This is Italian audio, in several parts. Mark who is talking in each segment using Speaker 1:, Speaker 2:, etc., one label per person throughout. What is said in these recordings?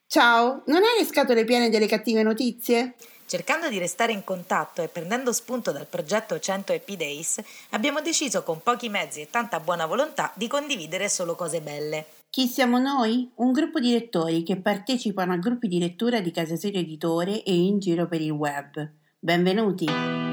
Speaker 1: Ciao, non hai le scatole piene delle cattive notizie?
Speaker 2: Cercando di restare in contatto e prendendo spunto dal progetto 100 Happy Days, abbiamo deciso con pochi mezzi e tanta buona volontà di condividere solo cose belle.
Speaker 1: Chi siamo noi? Un gruppo di lettori che partecipano a gruppi di lettura di Casa Serio Editore e in giro per il web. Benvenuti!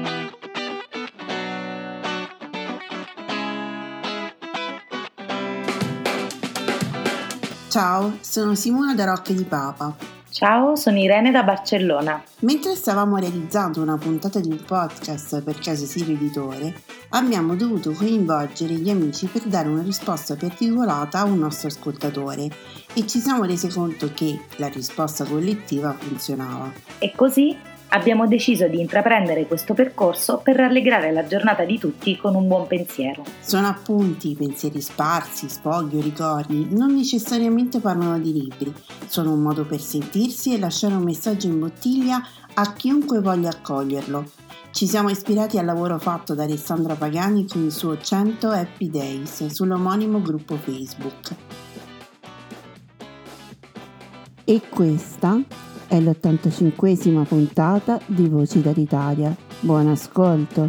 Speaker 1: Ciao, sono Simona da Rocche di Papa.
Speaker 3: Ciao, sono Irene da Barcellona.
Speaker 1: Mentre stavamo realizzando una puntata di un podcast per Casa Serio Editore, abbiamo dovuto coinvolgere gli amici per dare una risposta più articolata a un nostro ascoltatore e ci siamo resi conto che la risposta collettiva funzionava.
Speaker 3: E così abbiamo deciso di intraprendere questo percorso per rallegrare la giornata di tutti con un buon pensiero.
Speaker 1: Sono appunti, pensieri sparsi, sfoghi o ricordi, non necessariamente parlano di libri, sono un modo per sentirsi e lasciare un messaggio in bottiglia a chiunque voglia accoglierlo. Ci siamo ispirati al lavoro fatto da Alessandra Pagani con il suo 100 Happy Days sull'omonimo gruppo Facebook. E questa è l'85esima puntata di Voci dall'Italia. Buon ascolto!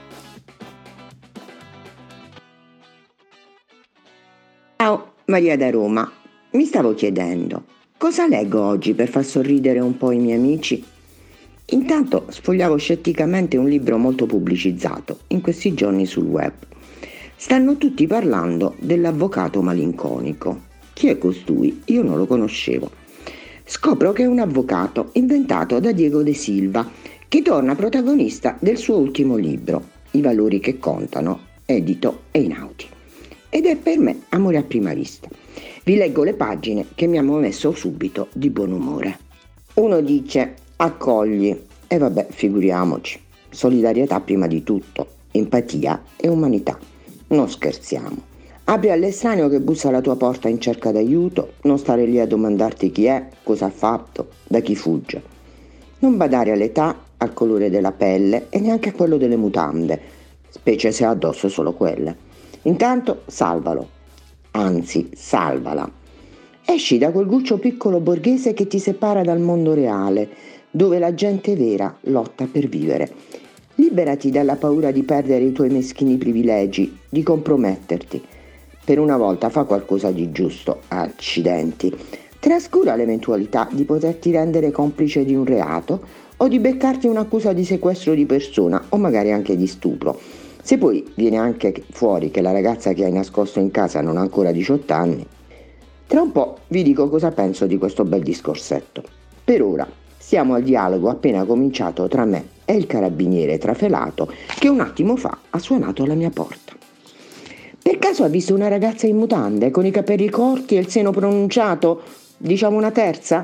Speaker 4: Ciao, Maria da Roma. Mi stavo chiedendo, cosa leggo oggi per far sorridere un po' i miei amici? Intanto sfogliavo scetticamente un libro molto pubblicizzato in questi giorni sul web. Stanno tutti parlando dell'avvocato malinconico. Chi è costui? Io non lo conoscevo. Scopro che è un avvocato inventato da Diego De Silva, che torna protagonista del suo ultimo libro, I valori che contano, edito Einaudi. Ed è per me amore a prima vista. Vi leggo le pagine che mi hanno messo subito di buon umore. Uno dice: accogli, e vabbè, figuriamoci. Solidarietà prima di tutto, empatia e umanità. Non scherziamo. Apri all'estraneo che bussa alla tua porta in cerca d'aiuto, non stare lì a domandarti chi è, cosa ha fatto, da chi fugge. Non badare all'età, al colore della pelle e neanche a quello delle mutande, specie se ha addosso solo quelle. Intanto salvalo, anzi salvala. Esci da quel guscio piccolo borghese che ti separa dal mondo reale, dove la gente vera lotta per vivere. Liberati dalla paura di perdere i tuoi meschini privilegi, di comprometterti. Per una volta fa qualcosa di giusto, accidenti. Trascura l'eventualità di poterti rendere complice di un reato o di beccarti un'accusa di sequestro di persona o magari anche di stupro. Se poi viene anche fuori che la ragazza che hai nascosto in casa non ha ancora 18 anni, tra un po' vi dico cosa penso di questo bel discorsetto. Per ora siamo al dialogo appena cominciato tra me e il carabiniere trafelato che un attimo fa ha suonato alla mia porta. Per caso ha visto una ragazza in mutande con i capelli corti e il seno pronunciato, diciamo una terza?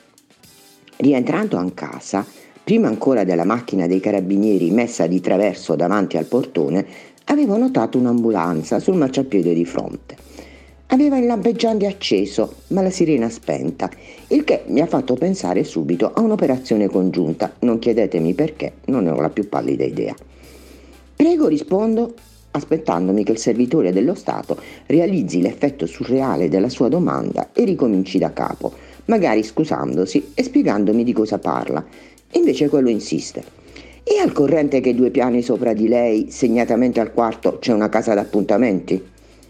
Speaker 4: Rientrando a casa, prima ancora della macchina dei carabinieri messa di traverso davanti al portone, avevo notato un'ambulanza sul marciapiede di fronte. Aveva il lampeggiante acceso, ma la sirena spenta, il che mi ha fatto pensare subito a un'operazione congiunta. Non chiedetemi perché, non ne ho la più pallida idea. Prego, rispondo, aspettandomi che il servitore dello Stato realizzi l'effetto surreale della sua domanda e ricominci da capo, magari scusandosi e spiegandomi di cosa parla. Invece quello insiste. È al corrente che 2 piani sopra di lei, segnatamente al quarto, c'è una casa d'appuntamenti?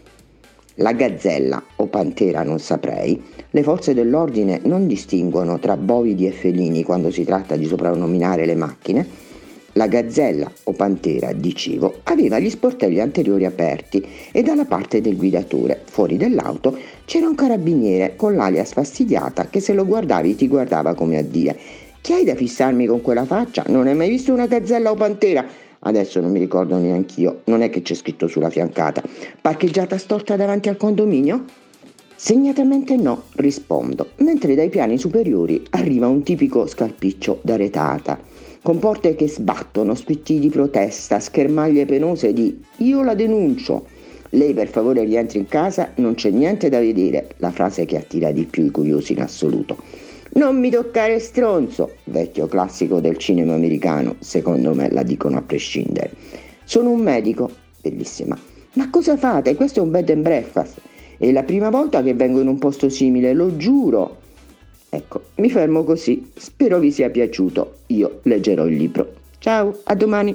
Speaker 4: La gazzella o pantera non saprei. Le forze dell'ordine non distinguono tra bovidi e felini quando si tratta di soprannominare le macchine. La gazzella o pantera, dicevo, aveva gli sportelli anteriori aperti e dalla parte del guidatore, fuori dell'auto, c'era un carabiniere con l'alia sfastidiata che se lo guardavi ti guardava come a dire: chi hai da fissarmi con quella faccia? Non hai mai visto una gazzella o pantera? Adesso non mi ricordo neanch'io, non è che c'è scritto sulla fiancata. Parcheggiata storta davanti al condominio? Segnatamente no, rispondo, mentre dai piani superiori arriva un tipico scalpiccio da retata, con porte che sbattono, squitti di protesta, schermaglie penose di «io la denuncio». Lei per favore rientri in casa, non c'è niente da vedere, la frase che attira di più i curiosi in assoluto. «Non mi toccare stronzo», vecchio classico del cinema americano, secondo me la dicono a prescindere. «Sono un medico», bellissima. «Ma cosa fate? Questo è un bed and breakfast. È la prima volta che vengo in un posto simile, lo giuro». Ecco, mi fermo così, spero vi sia piaciuto, io leggerò il libro. Ciao, a domani!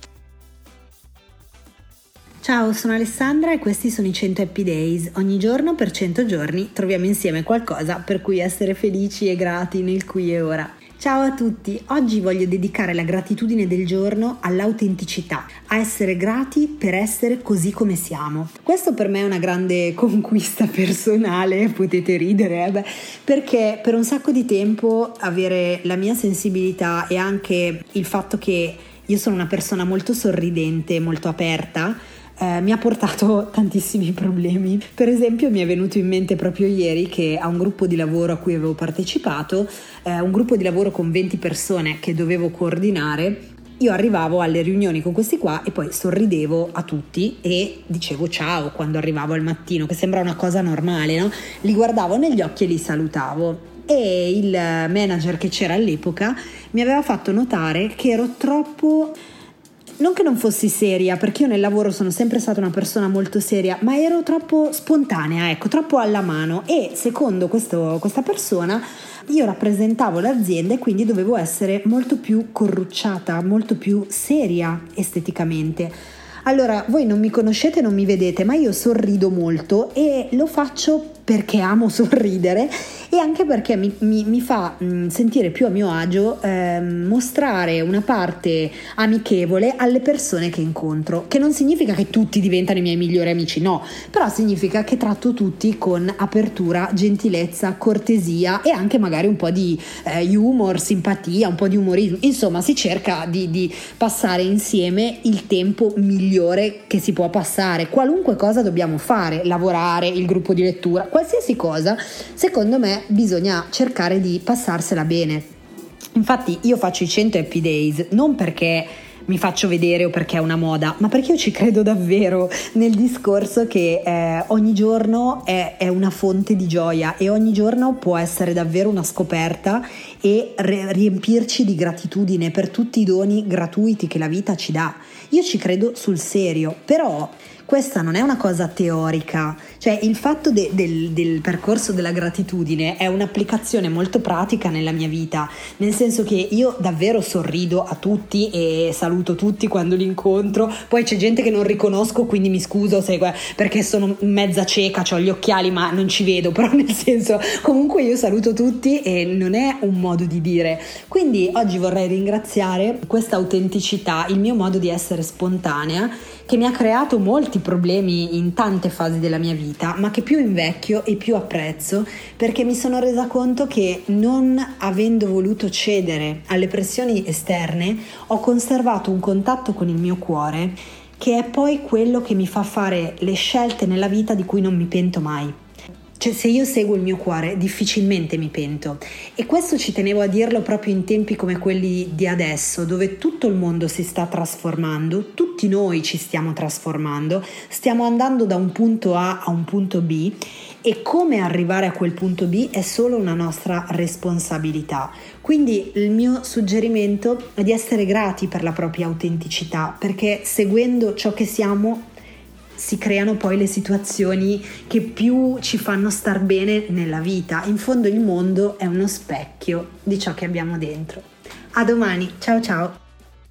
Speaker 1: Ciao, sono Alessandra e questi sono i 100 Happy Days. Ogni giorno per 100 giorni troviamo insieme qualcosa per cui essere felici e grati nel qui e ora. Ciao a tutti, oggi voglio dedicare la gratitudine del giorno all'autenticità, a essere grati per essere così come siamo. Questo per me è una grande conquista personale, potete ridere, perché per un sacco di tempo avere la mia sensibilità e anche il fatto che io sono una persona molto sorridente, molto aperta, mi ha portato tantissimi problemi. Per esempio mi è venuto in mente proprio ieri che a un gruppo di lavoro a cui avevo partecipato, un gruppo di lavoro con 20 persone che dovevo coordinare, io arrivavo alle riunioni con questi qua e poi sorridevo a tutti e dicevo ciao quando arrivavo al mattino, che sembra una cosa normale, no? Li guardavo negli occhi e li salutavo. E il manager che c'era all'epoca mi aveva fatto notare che ero troppo... Non che non fossi seria, perché io nel lavoro sono sempre stata una persona molto seria, ma ero troppo spontanea, ecco, troppo alla mano, e secondo questa persona io rappresentavo l'azienda e quindi dovevo essere molto più corrucciata, molto più seria esteticamente. Allora, voi non mi conoscete, non mi vedete, ma io sorrido molto e lo faccio perché amo sorridere e anche perché mi fa sentire più a mio agio mostrare una parte amichevole alle persone che incontro, che non significa che tutti diventano i miei migliori amici, no, però significa che tratto tutti con apertura, gentilezza, cortesia e anche magari un po' di humor, simpatia, un po' di umorismo, insomma si cerca di passare insieme il tempo migliore che si può passare. Qualunque cosa dobbiamo fare, lavorare, il gruppo di lettura, qualsiasi cosa, secondo me bisogna cercare di passarsela bene. Infatti io faccio i 100 Happy Days non perché mi faccio vedere o perché è una moda, ma perché io ci credo davvero nel discorso che ogni giorno è una fonte di gioia e ogni giorno può essere davvero una scoperta e riempirci di gratitudine per tutti i doni gratuiti che la vita ci dà. Io ci credo sul serio, però questa non è una cosa teorica, cioè il fatto del percorso della gratitudine è un'applicazione molto pratica nella mia vita, nel senso che io davvero sorrido a tutti e saluto tutti quando li incontro, poi c'è gente che non riconosco, quindi mi scuso perché sono mezza cieca, ho gli occhiali ma non ci vedo, però nel senso comunque io saluto tutti e non è un modo di dire. Quindi oggi vorrei ringraziare questa autenticità, il mio modo di essere spontanea, che mi ha creato molti problemi in tante fasi della mia vita, ma che più invecchio e più apprezzo, perché mi sono resa conto che non avendo voluto cedere alle pressioni esterne, ho conservato un contatto con il mio cuore, che è poi quello che mi fa fare le scelte nella vita di cui non mi pento mai. Cioè, se io seguo il mio cuore difficilmente mi pento, e questo ci tenevo a dirlo proprio in tempi come quelli di adesso, dove tutto il mondo si sta trasformando, tutti noi ci stiamo trasformando, stiamo andando da un punto A a un punto B, e come arrivare a quel punto B è solo una nostra responsabilità. Quindi il mio suggerimento è di essere grati per la propria autenticità, perché seguendo ciò che siamo si creano poi le situazioni che più ci fanno star bene nella vita. In fondo il mondo è uno specchio di ciò che abbiamo dentro. A domani, ciao ciao!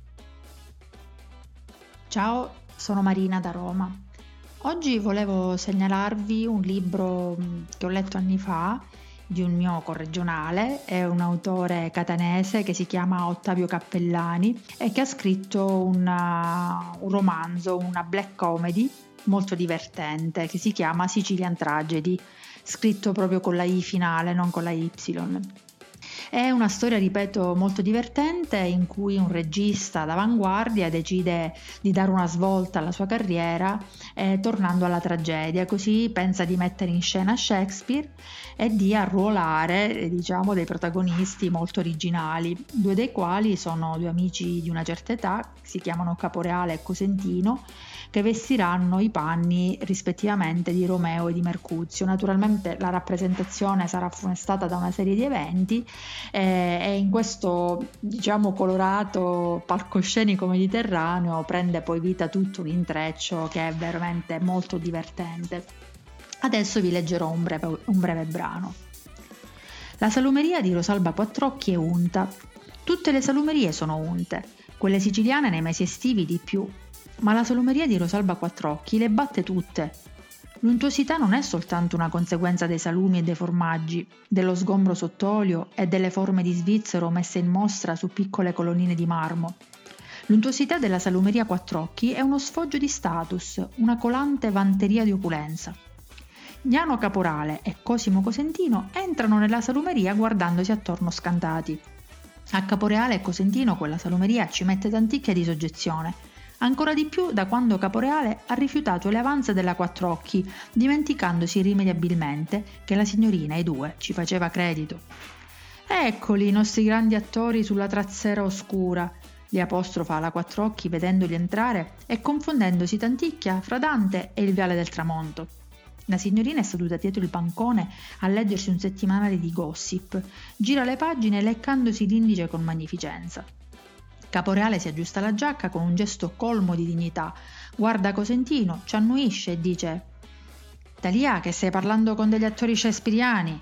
Speaker 5: Ciao, sono Marina da Roma. Oggi volevo segnalarvi un libro che ho letto anni fa di un mio corregionale, è un autore catanese che si chiama Ottavio Cappellani e che ha scritto un romanzo, una black comedy molto divertente che si chiama Sicilian Tragedy, scritto proprio con la I finale, non con la Y. È una storia, ripeto, molto divertente in cui un regista d'avanguardia decide di dare una svolta alla sua carriera tornando alla tragedia, così pensa di mettere in scena Shakespeare e di arruolare, diciamo, dei protagonisti molto originali, due dei quali sono due amici di una certa età, si chiamano Caporeale e Cosentino, che vestiranno i panni rispettivamente di Romeo e di Mercuzio. Naturalmente la rappresentazione sarà funestata da una serie di eventi e in questo, diciamo, colorato palcoscenico mediterraneo prende poi vita tutto un intreccio che è veramente molto divertente. Adesso vi leggerò un breve brano. La salumeria di Rosalba Quattrocchi è unta. Tutte le salumerie sono unte, quelle siciliane nei mesi estivi di più, ma la salumeria di Rosalba Quattrocchi le batte tutte. L'untuosità non è soltanto una conseguenza dei salumi e dei formaggi, dello sgombro sott'olio e delle forme di svizzero messe in mostra su piccole colonnine di marmo. L'untuosità della salumeria Quattrocchi è uno sfoggio di status, una colante vanteria di opulenza. Gnano Caporale e Cosimo Cosentino entrano nella salumeria guardandosi attorno scantati. A Caporeale e Cosentino quella salumeria ci mette tanticchia di soggezione, ancora di più da quando Caporeale ha rifiutato le avanze della Quattrocchi, dimenticandosi irrimediabilmente che la signorina ai due ci faceva credito. Eccoli i nostri grandi attori sulla trazzera oscura, li apostrofa la Quattrocchi vedendoli entrare e confondendosi tanticchia fra Dante e il Viale del Tramonto. La signorina è seduta dietro il bancone a leggersi un settimanale di gossip, gira le pagine leccandosi l'indice con magnificenza. Caporeale si aggiusta la giacca con un gesto colmo di dignità, guarda Cosentino, ci annuisce e dice: «Talia, che stai parlando con degli attori shakespeariani?»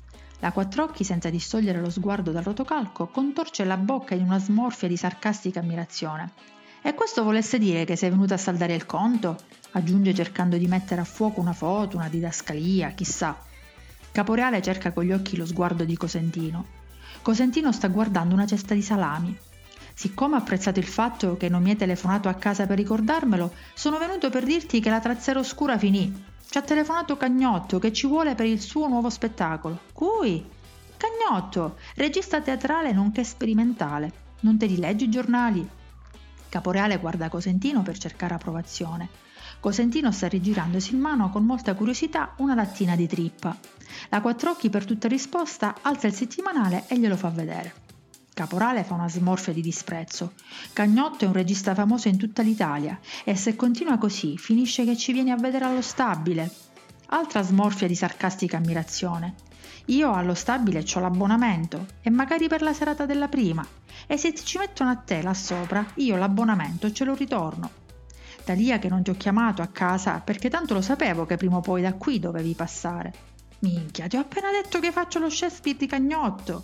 Speaker 5: La Quattrocchi, senza distogliere lo sguardo dal rotocalco, contorce la bocca in una smorfia di sarcastica ammirazione. «E questo volesse dire che sei venuta a saldare il conto?» aggiunge cercando di mettere a fuoco una foto, una didascalia, chissà. Caporeale cerca con gli occhi lo sguardo di Cosentino. Cosentino sta guardando una cesta di salami. «Siccome ho apprezzato il fatto che non mi hai telefonato a casa per ricordarmelo, sono venuto per dirti che la trazzera oscura finì. Ci ha telefonato Cagnotto che ci vuole per il suo nuovo spettacolo». «Cui?» «Cagnotto, regista teatrale nonché sperimentale. Non te li leggi i giornali?» Caporeale guarda Cosentino per cercare approvazione. Cosentino sta rigirandosi in mano con molta curiosità una lattina di trippa. La Quattrocchi per tutta risposta alza il settimanale e glielo fa vedere. Caporale fa una smorfia di disprezzo. Cagnotto è un regista famoso in tutta l'Italia e se continua così finisce che ci viene a vedere allo stabile. Altra smorfia di sarcastica ammirazione. Io allo stabile c'ho l'abbonamento e magari per la serata della prima e se ci mettono a te là sopra io l'abbonamento ce lo ritorno. Talia che non ti ho chiamato a casa perché tanto lo sapevo che prima o poi da qui dovevi passare. Minchia, ti ho appena detto che faccio lo Shakespeare di Cagnotto.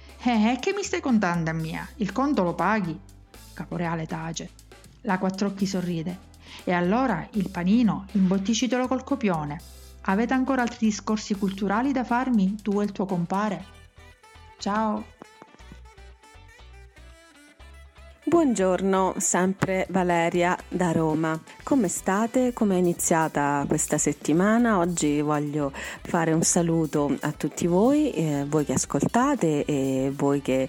Speaker 5: Che mi stai contando a mia? Il conto lo paghi?» Caporeale tace. La Quattrocchi sorride. «E allora il panino imbotticitelo col copione. Avete ancora altri discorsi culturali da farmi, tu e il tuo compare? Ciao!»
Speaker 6: Buongiorno, sempre Valeria da Roma. Come state? Come è iniziata questa settimana? Oggi voglio fare un saluto a tutti voi, voi che ascoltate e voi che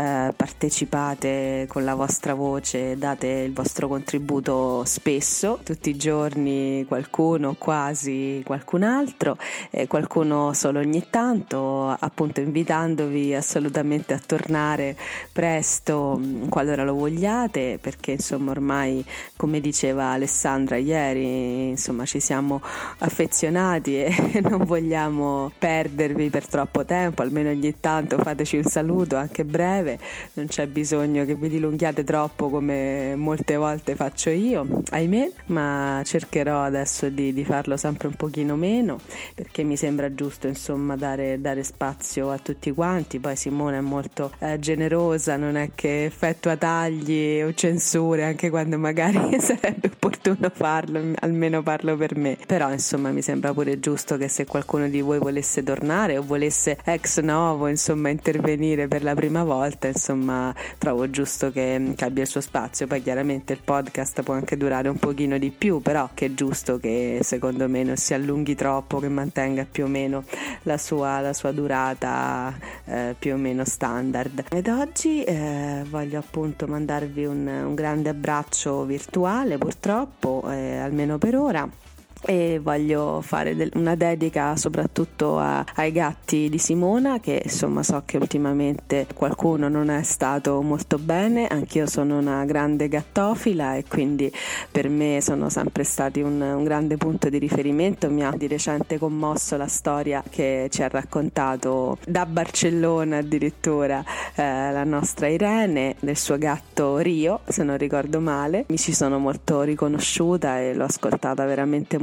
Speaker 6: partecipate con la vostra voce, date il vostro contributo spesso, tutti i giorni qualcuno, quasi qualcun altro, qualcuno solo ogni tanto, appunto invitandovi assolutamente a tornare presto qualora lo vogliate, perché insomma ormai, come diceva Alessandra ieri, insomma ci siamo affezionati e non vogliamo perdervi per troppo tempo. Almeno ogni tanto fateci un saluto anche breve, non c'è bisogno che vi dilunghiate troppo come molte volte faccio io, ahimè, ma cercherò adesso di farlo sempre un pochino meno, perché mi sembra giusto insomma dare spazio a tutti quanti. Poi Simone è molto generosa, non è che effettua tagli o censure anche quando magari sarebbe opportuno farlo, almeno parlo per me. Però insomma mi sembra pure giusto che se qualcuno di voi volesse tornare o volesse ex novo insomma intervenire per la prima volta, insomma trovo giusto che abbia il suo spazio. Poi chiaramente il podcast può anche durare un pochino di più, però che è giusto che secondo me non si allunghi troppo, che mantenga più o meno la sua durata più o meno standard. Ed oggi voglio appunto mandarvi un grande abbraccio virtuale, purtroppo, almeno per ora. E voglio fare una dedica soprattutto ai gatti di Simona, che insomma so che ultimamente qualcuno non è stato molto bene. Anch'io sono una grande gattofila e quindi per me sono sempre stati un grande punto di riferimento. Mi ha di recente commosso la storia che ci ha raccontato da Barcellona addirittura la nostra Irene del suo gatto Rio, se non ricordo male. Mi ci sono molto riconosciuta e l'ho ascoltata veramente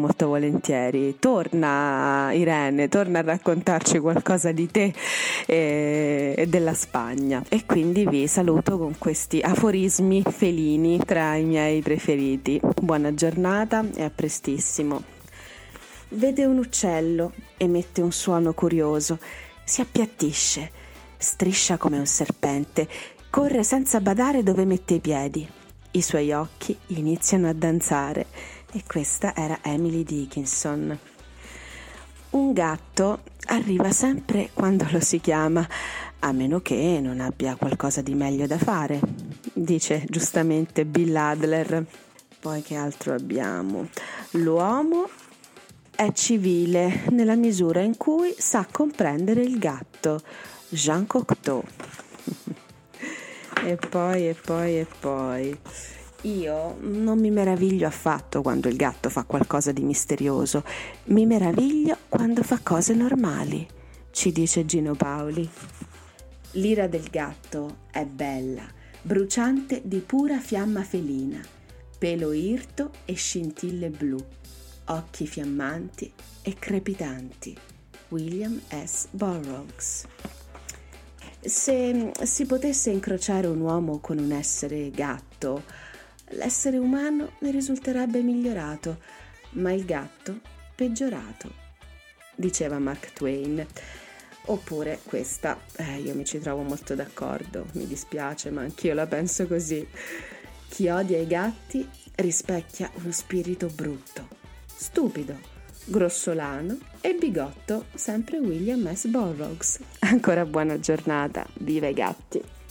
Speaker 6: molto volentieri. Torna Irene, torna a raccontarci qualcosa di te e della Spagna. E quindi vi saluto con questi aforismi felini tra i miei preferiti. Buona giornata e a prestissimo. Vede un uccello, emette un suono curioso, si appiattisce, striscia come un serpente, corre senza badare dove mette i piedi. I suoi occhi iniziano a danzare. E questa era Emily Dickinson. Un gatto arriva sempre quando lo si chiama, a meno che non abbia qualcosa di meglio da fare, dice giustamente Bill Adler. Poi che altro abbiamo? L'uomo è civile nella misura in cui sa comprendere il gatto, Jean Cocteau. E poi io non mi meraviglio affatto quando il gatto fa qualcosa di misterioso, mi meraviglio quando fa cose normali, ci dice Gino Paoli. L'ira del gatto è bella, bruciante di pura fiamma felina, pelo irto e scintille blu, occhi fiammanti e crepitanti. William S. Burroughs. Se si potesse incrociare un uomo con un essere gatto, l'essere umano ne risulterebbe migliorato, ma il gatto peggiorato, diceva Mark Twain. Oppure questa, io mi ci trovo molto d'accordo, mi dispiace, ma anch'io la penso così. Chi odia i gatti rispecchia uno spirito brutto, stupido, grossolano e bigotto, sempre William S. Burroughs. Ancora buona giornata, viva i gatti!